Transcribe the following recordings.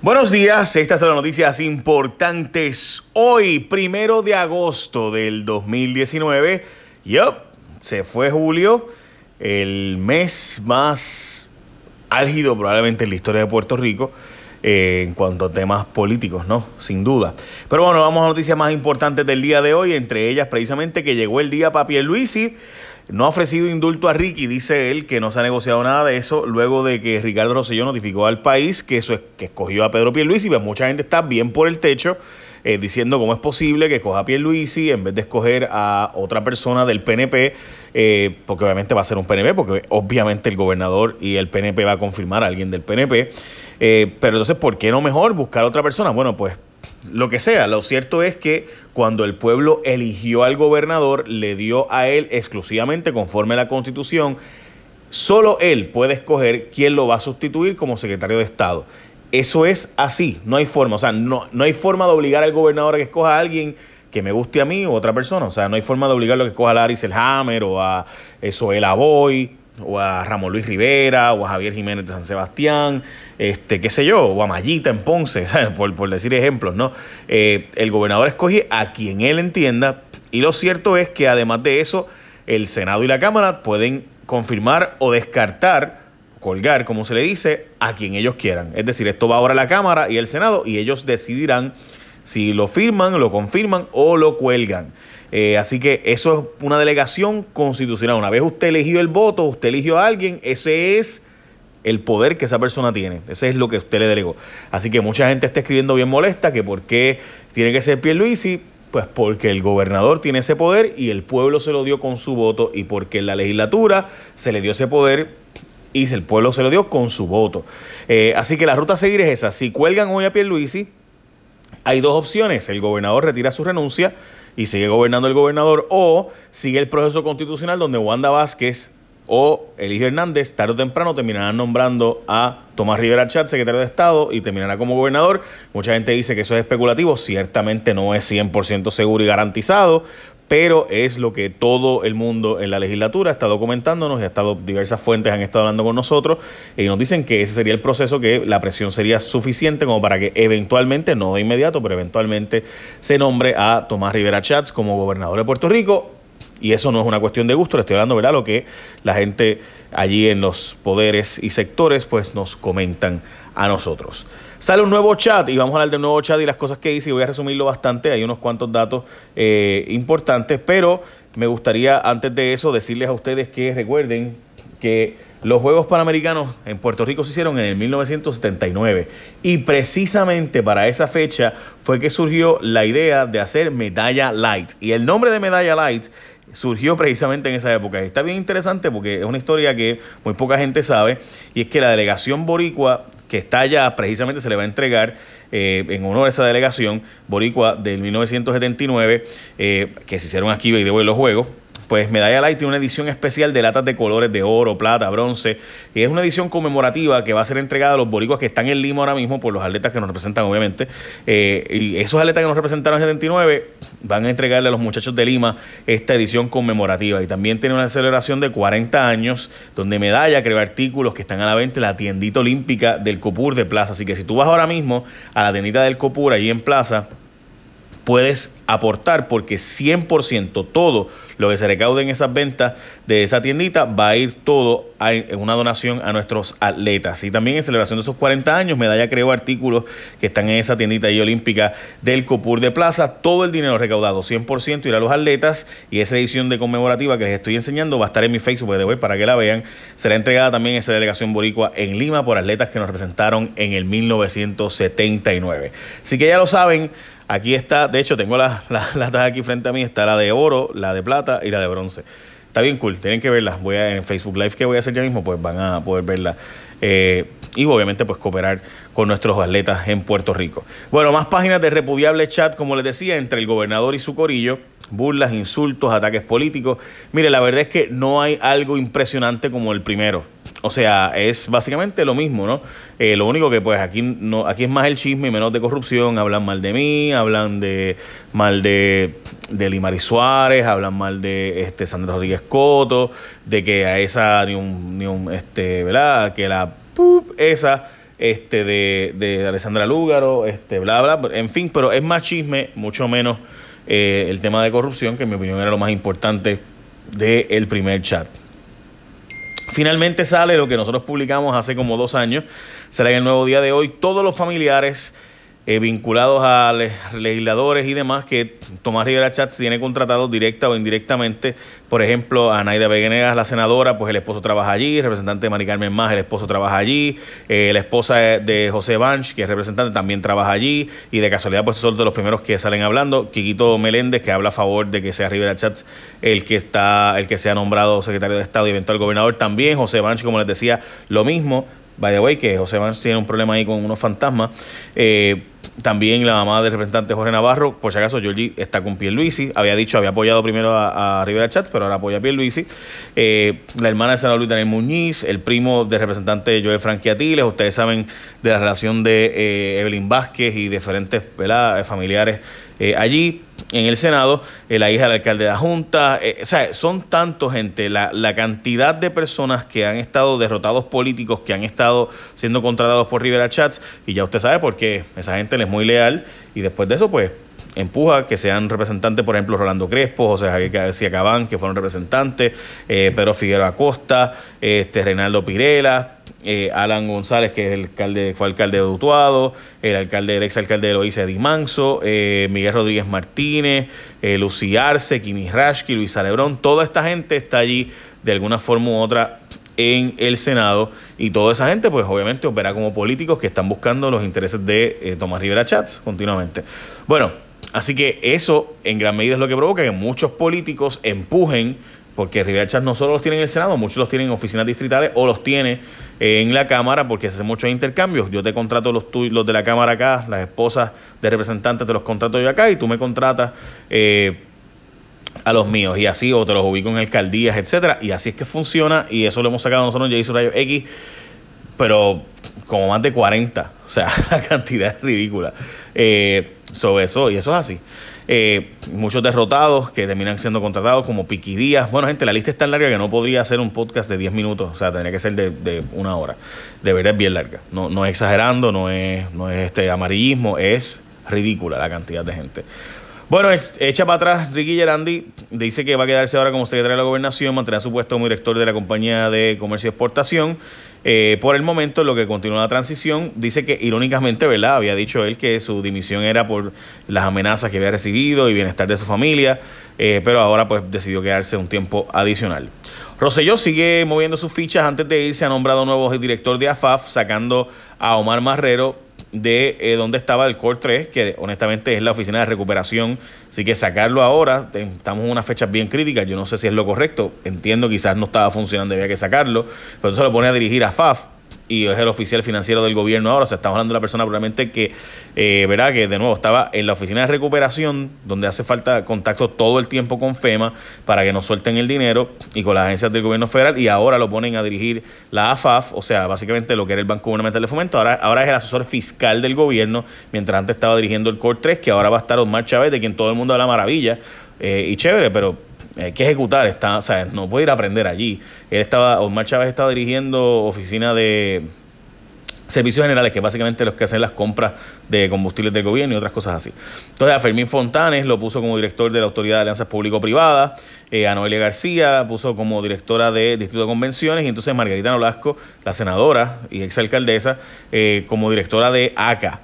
Buenos días, estas son las noticias importantes. Hoy, 1 de agosto del 2019, se fue julio, el mes más álgido probablemente en la historia de Puerto Rico en cuanto a temas políticos, ¿no? Sin duda. Pero bueno, vamos a noticias más importantes del día de hoy, entre ellas precisamente que llegó el día para Pierluisi. No ha ofrecido indulto a Ricky, dice él que no se ha negociado nada de eso, luego de que Ricardo Rosselló notificó al país que escogió a Pedro Pierluisi. Pues mucha gente está bien por el techo, diciendo cómo es posible que escoja a Pierluisi en vez de escoger a otra persona del PNP, porque obviamente va a ser un PNP, porque obviamente el gobernador y el PNP va a confirmar a alguien del PNP. Pero entonces, ¿por qué no mejor buscar a otra persona? Bueno, pues lo que sea, lo cierto es que cuando el pueblo eligió al gobernador, le dio a él exclusivamente conforme a la Constitución. Solo él puede escoger quién lo va a sustituir como secretario de Estado. Eso es así, no hay forma. O sea, no hay forma de obligar al gobernador a que escoja a alguien que me guste a mí o a otra persona. O sea, no hay forma de obligarlo a que escoja a Larry Selhammer o a Zoela Boy o a Ramón Luis Rivera o a Javier Jiménez de San Sebastián, qué sé yo, o a Mayita en Ponce, ¿sabes? Por decir ejemplos, ¿no? El gobernador escoge a quien él entienda, y lo cierto es que además de eso, el Senado y la Cámara pueden confirmar o descartar, colgar, como se le dice, a quien ellos quieran. Es decir, esto va ahora a la Cámara y el Senado, y ellos decidirán si lo firman, lo confirman o lo cuelgan. Así que eso es una delegación constitucional. Una vez usted eligió el voto, usted eligió a alguien, ese es el poder que esa persona tiene. Ese es lo que usted le delegó. Así que mucha gente está escribiendo bien molesta que por qué tiene que ser Pierluisi. Pues porque el gobernador tiene ese poder y el pueblo se lo dio con su voto, y porque en la legislatura se le dio ese poder y el pueblo se lo dio con su voto. Así que la ruta a seguir es esa. Si cuelgan hoy a Pierluisi, hay dos opciones: el gobernador retira su renuncia y sigue gobernando el gobernador, o sigue el proceso constitucional donde Wanda Vázquez o Eligio Hernández tarde o temprano terminarán nombrando a Tomás Rivera Chatz secretario de Estado y terminará como gobernador. Mucha gente dice que eso es especulativo, ciertamente no es 100% seguro y garantizado, pero es lo que todo el mundo en la legislatura está documentándonos, y diversas fuentes han estado hablando con nosotros y nos dicen que ese sería el proceso, que la presión sería suficiente como para que eventualmente, no de inmediato, pero eventualmente se nombre a Tomás Rivera Chatz como gobernador de Puerto Rico. Y eso no es una cuestión de gusto, le estoy hablando, ¿verdad?, lo que la gente allí en los poderes y sectores pues nos comentan a nosotros. Sale un nuevo chat y vamos a hablar del nuevo chat y las cosas que hice, y voy a resumirlo bastante. Hay unos cuantos datos importantes, pero me gustaría antes de eso decirles a ustedes que recuerden que los Juegos Panamericanos en Puerto Rico se hicieron en el 1979, y precisamente para esa fecha fue que surgió la idea de hacer Medalla Light, y el nombre de Medalla Light surgió precisamente en esa época. Está bien interesante porque es una historia que muy poca gente sabe, y es que la delegación boricua que está allá, precisamente se le va a entregar en honor a esa delegación boricua del 1979, que se hicieron aquí en los Juegos. Pues Medalla Light tiene una edición especial de latas de colores de oro, plata, bronce, y es una edición conmemorativa que va a ser entregada a los boricuas que están en Lima ahora mismo por los atletas que nos representan, obviamente. Y esos atletas que nos representaron en el 79 van a entregarle a los muchachos de Lima esta edición conmemorativa. Y también tiene una celebración de 40 años donde Medalla creó artículos que están a la venta en la tiendita olímpica del Copur de Plaza. Así que si tú vas ahora mismo a la tiendita del Copur allí en Plaza, puedes aportar, porque 100% todo lo que se recaude en esas ventas de esa tiendita va a ir todo en una donación a nuestros atletas. Y también en celebración de esos 40 años, Medalla creó artículos que están en esa tiendita ahí olímpica del Copur de Plaza. Todo el dinero recaudado, 100%, irá a los atletas, y esa edición de conmemorativa que les estoy enseñando va a estar en mi Facebook de web para que la vean. Será entregada también esa delegación boricua en Lima por atletas que nos representaron en el 1979. Así que ya lo saben. Aquí está, de hecho tengo las latas aquí frente a mí, está la de oro, la de plata y la de bronce. Está bien cool, tienen que verlas. Voy a en Facebook Live que voy a hacer ya mismo, pues van a poder verla. Y obviamente pues cooperar con nuestros atletas en Puerto Rico. Bueno, más páginas de repudiable chat, como les decía, entre el gobernador y su corillo. Burlas, insultos, ataques políticos. Mire, la verdad es que no hay algo impresionante como el primero. O sea, es básicamente lo mismo, ¿no? Lo único que pues aquí es más el chisme y menos de corrupción. Hablan mal de mí, hablan mal de Limari Suárez, hablan mal de Sandra Rodríguez Coto, de que a esa ¿verdad? Que esa de Alessandra Lúgaro, bla, bla, en fin, pero es más chisme, mucho menos el tema de corrupción, que en mi opinión era lo más importante del primer chat. Finalmente sale lo que nosotros publicamos hace como 2 años, sale en el Nuevo Día de hoy, todos los familiares vinculados a legisladores y demás que Tomás Rivera Chats tiene contratados directa o indirectamente. Por ejemplo, a Naida Venegas, la senadora, pues el esposo trabaja allí, el representante de Mari Carmen Más, el esposo trabaja allí, la esposa de José Banch, que es representante, también trabaja allí, y de casualidad pues son de los primeros que salen hablando. Quiquito Meléndez, que habla a favor de que sea Rivera Chats el que sea nombrado secretario de Estado y eventual gobernador también. José Banch, como les decía, lo mismo. By the way, que José Banch tiene un problema ahí con unos fantasmas. También la mamá del representante Jorge Navarro, por si acaso, Georgie está con Pierluisi. Había apoyado primero a Rivera Chats, pero ahora apoya a Pierluisi. La hermana del senador Luis Daniel Muñiz, el primo del representante Joel Frankie Atiles. Ustedes saben de la relación de Evelyn Vázquez y diferentes, ¿verdad?, familiares allí en el Senado, la hija del alcalde de la Junta. O sea, son tanto, gente, la cantidad de personas que han estado derrotados políticos, que han estado siendo contratados por Rivera Chats, y ya usted sabe por qué esa gente les es muy leal, y después de eso, pues, empuja que sean representantes, por ejemplo, Rolando Crespo, José Javier García Cabán, que fueron representantes, Pedro Figueroa Acosta, Reinaldo Pirela, Alan González, que es fue alcalde de Utuado, el ex alcalde de Loíza, Eddie Manso, Miguel Rodríguez Martínez, Lucy Arce, Kimi Rashki, Luisa Lebrón. Toda esta gente está allí de alguna forma u otra en el Senado, y toda esa gente pues obviamente opera como políticos que están buscando los intereses de Tomás Rivera Chats continuamente. Bueno, así que eso en gran medida es lo que provoca que muchos políticos empujen, porque Rivera Chats no solo los tiene en el Senado, muchos los tienen en oficinas distritales o los tiene en la Cámara, porque se hacen muchos intercambios. Yo te contrato los de la Cámara acá, las esposas de representantes te los contrato yo acá, y tú me contratas a los míos, y así, o te los ubico en alcaldías, etcétera, y así es que funciona, y eso lo hemos sacado nosotros en Ya hizo Rayo X, pero como más de 40, o sea, la cantidad es ridícula sobre eso, y eso es así. Muchos derrotados que terminan siendo contratados, como Piqui Díaz. Bueno, gente, la lista es tan larga que no podría hacer un podcast de 10 minutos, o sea, tendría que ser de 1 hora. De verdad es bien larga, no es exagerando, no es amarillismo, es ridícula la cantidad de gente. Bueno, echa para atrás Ricky Gerandi, dice que va a quedarse ahora como secretario de la Gobernación, mantener su puesto como director de la Compañía de Comercio y Exportación. Por el momento, en lo que continúa la transición, dice que irónicamente, ¿verdad?, había dicho él que su dimisión era por las amenazas que había recibido y bienestar de su familia, pero ahora pues decidió quedarse un tiempo adicional. Rosselló sigue moviendo sus fichas. Antes de irse ha nombrado nuevo director de AFAF, sacando a Omar Marrero de donde estaba el Core 3, que honestamente es la oficina de recuperación. Así que sacarlo ahora, estamos en unas fechas bien críticas, yo no sé si es lo correcto, entiendo quizás no estaba funcionando, había que sacarlo, pero entonces lo pone a dirigir a FAF, y es el oficial financiero del gobierno ahora. O sea, estamos hablando de una persona probablemente que, verá, que de nuevo estaba en la oficina de recuperación, donde hace falta contacto todo el tiempo con FEMA para que nos suelten el dinero, y con las agencias del gobierno federal, y ahora lo ponen a dirigir la AFAF, o sea, básicamente lo que era el Banco Gubernamental de Fomento. Ahora es el asesor fiscal del gobierno, mientras antes estaba dirigiendo el Core 3, que ahora va a estar Omar Chávez, de quien todo el mundo habla maravilla, y chévere, pero hay que ejecutar, o sea, no puede ir a aprender allí. Omar Chávez estaba dirigiendo oficina de servicios generales, que básicamente los que hacen las compras de combustibles del gobierno y otras cosas así. Entonces a Fermín Fontanes lo puso como director de la Autoridad de Alianzas Público-Privadas, a Noelia García puso como directora de Distrito de Convenciones, y entonces Margarita Nolasco, la senadora y exalcaldesa, como directora de ACA.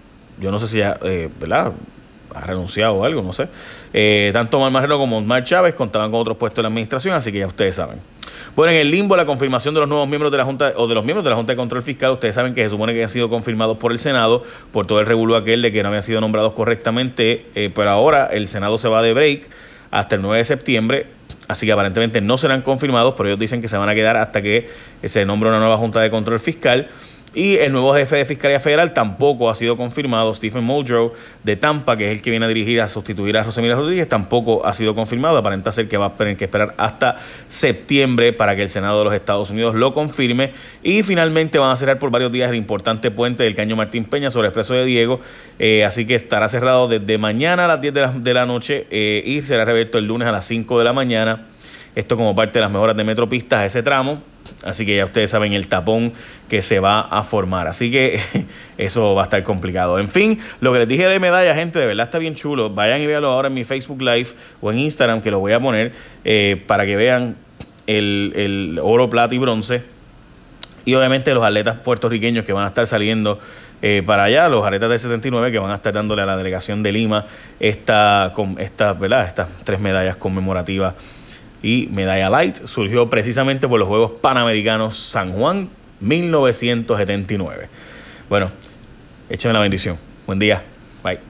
Yo no sé si ya, ¿verdad?, ha renunciado o algo, no sé. Tanto Omar Marrero como Omar Chávez contaban con otros puestos de la administración, así que ya ustedes saben. Bueno, en el limbo, la confirmación de los nuevos miembros de la Junta, o de los miembros de la Junta de Control Fiscal. Ustedes saben que se supone que han sido confirmados por el Senado, por todo el revolú aquel de que no habían sido nombrados correctamente, pero ahora el Senado se va de break hasta el 9 de septiembre, así que aparentemente no serán confirmados, pero ellos dicen que se van a quedar hasta que se nombre una nueva Junta de Control Fiscal. Y el nuevo jefe de Fiscalía Federal tampoco ha sido confirmado. Stephen Muldrow, de Tampa, que es el que viene a dirigir, a sustituir a Rosemilia Rodríguez, tampoco ha sido confirmado. Aparenta ser que va a tener que esperar hasta septiembre para que el Senado de los Estados Unidos lo confirme. Y finalmente van a cerrar por varios días el importante puente del Caño Martín Peña sobre el Expreso de Diego. Así que estará cerrado desde mañana a las 10 de la noche y será reabierto el lunes a las 5 de la mañana. Esto como parte de las mejoras de Metropistas a ese tramo. Así que ya ustedes saben el tapón que se va a formar. Así que eso va a estar complicado. En fin, lo que les dije de medalla, gente, de verdad está bien chulo. Vayan y véanlo ahora en mi Facebook Live o en Instagram, que lo voy a poner para que vean el oro, plata y bronce. Y obviamente los atletas puertorriqueños que van a estar saliendo para allá, los atletas del 79 que van a estar dándole a la delegación de Lima estas 3 medallas conmemorativas. Y medalla light surgió precisamente por los Juegos Panamericanos San Juan 1979. Bueno, échenme la bendición. Buen día. Bye.